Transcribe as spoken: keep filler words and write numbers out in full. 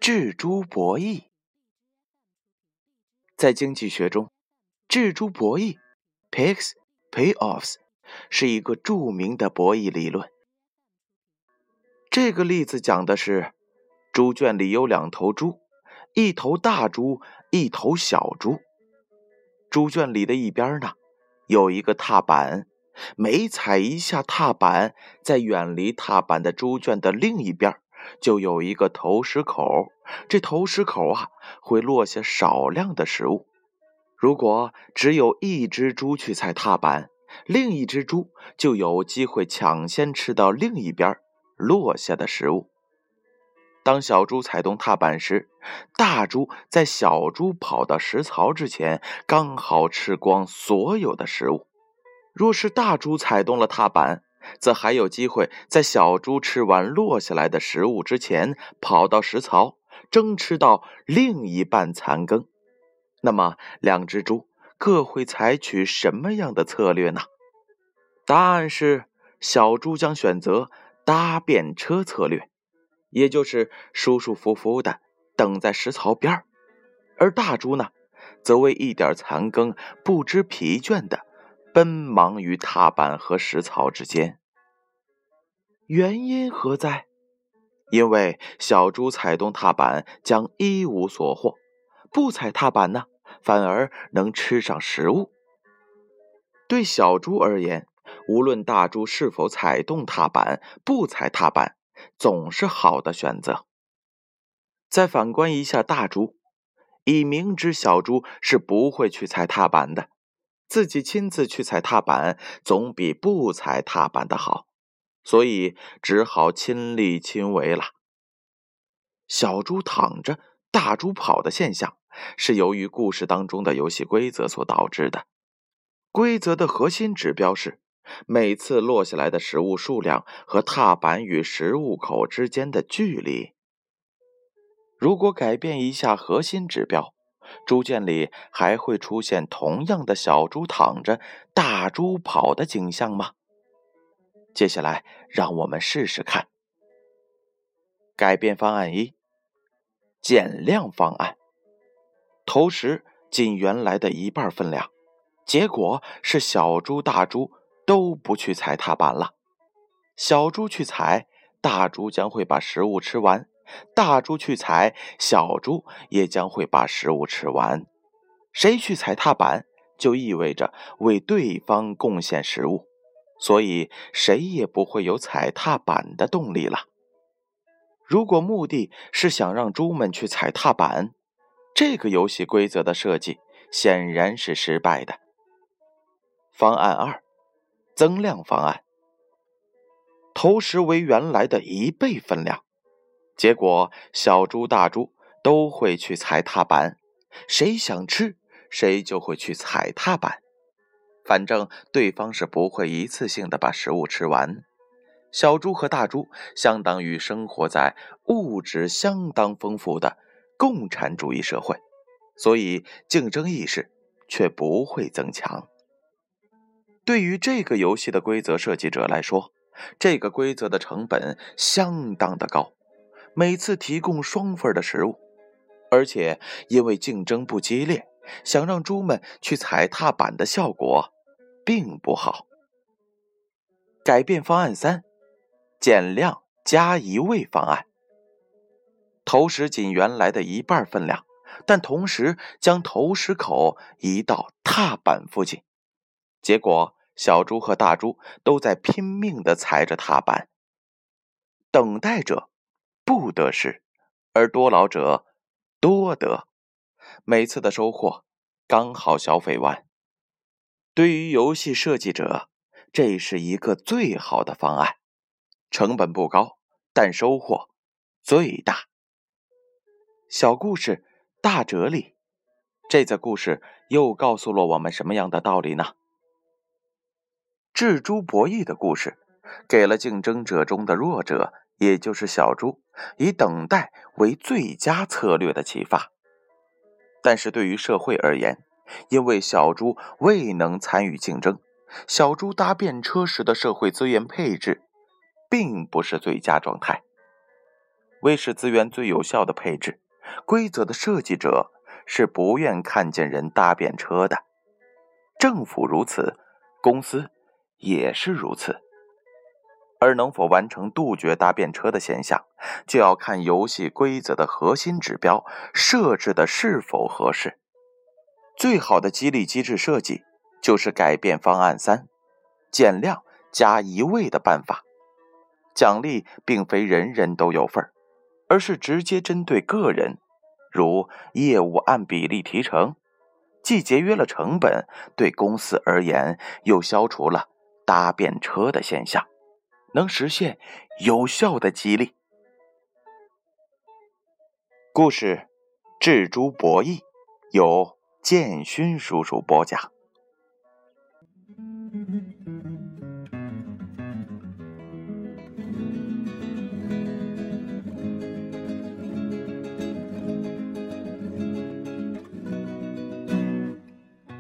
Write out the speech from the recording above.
制猪博弈。在经济学中，制猪博弈 Pigs Payoffs 是一个著名的博弈理论。这个例子讲的是，猪圈里有两头猪，一头大猪，一头小猪。猪圈里的一边呢，有一个踏板，每踩一下踏板，在远离踏板的猪圈的另一边就有一个投食口，这投食口啊，会落下少量的食物。如果只有一只猪去踩踏板，另一只猪就有机会抢先吃到另一边落下的食物。当小猪踩动踏板时，大猪在小猪跑到食槽之前，刚好吃光所有的食物。若是大猪踩动了踏板，则还有机会在小猪吃完落下来的食物之前，跑到食槽，争吃到另一半残羹。那么，两只猪各会采取什么样的策略呢？答案是，小猪将选择搭便车策略，也就是舒舒服服的等在食槽边，而大猪呢，则为一点残羹不知疲倦的奔忙于踏板和食槽之间。原因何在？因为小猪踩动踏板将一无所获，不踩踏板呢，反而能吃上食物。对小猪而言，无论大猪是否踩动踏板，不踩踏板，总是好的选择。再反观一下大猪，已明知小猪是不会去踩踏板的，自己亲自去踩踏板，总比不踩踏板的好，所以只好亲力亲为了。小猪躺着，大猪跑的现象，是由于故事当中的游戏规则所导致的。规则的核心指标是每次落下来的食物数量和踏板与食物口之间的距离。如果改变一下核心指标，猪圈里还会出现同样的小猪躺着，大猪跑的景象吗？接下来让我们试试看。改变方案一，减量方案。投食仅原来的一半分量，结果是小猪大猪都不去踩踏板了。小猪去踩，大猪将会把食物吃完，大猪去踩，小猪也将会把食物吃完。谁去踩踏板，就意味着为对方贡献食物，所以谁也不会有踩踏板的动力了。如果目的是想让猪们去踩踏板，这个游戏规则的设计显然是失败的。方案二，增量方案。投食为原来的一倍分量，结果小猪大猪都会去踩踏板，谁想吃谁就会去踩踏板，反正对方是不会一次性的把食物吃完。小猪和大猪相当于生活在物质相当丰富的共产主义社会，所以竞争意识却不会增强。对于这个游戏的规则设计者来说，这个规则的成本相当的高，每次提供双份的食物，而且因为竞争不激烈，想让猪们去踩踏板的效果并不好。改变方案三，减量加一味方案。投食仅原来的一半分量，但同时将投食口移到踏板附近，结果小猪和大猪都在拼命地踩着踏板。等待者不得食，而多劳者多得，每次的收获刚好消费完。对于游戏设计者，这是一个最好的方案，成本不高，但收获最大。小故事大哲理，这则故事又告诉了我们什么样的道理呢？制猪博弈的故事给了竞争者中的弱者，也就是小猪，以等待为最佳策略的启发。但是对于社会而言，因为小猪未能参与竞争，小猪搭便车时的社会资源配置并不是最佳状态。 为使资源最有效的配置，规则的设计者是不愿看见人搭便车的。政府如此，公司也是如此。而能否完成杜绝搭便车的现象，就要看游戏规则的核心指标设置的是否合适。最好的激励机制设计就是改变方案三，减量加一位的办法。奖励并非人人都有份，而是直接针对个人，如业务按比例提成，既节约了成本，对公司而言又消除了搭便车的现象，能实现有效的激励。故事《智猪博弈》由建勋叔叔播讲。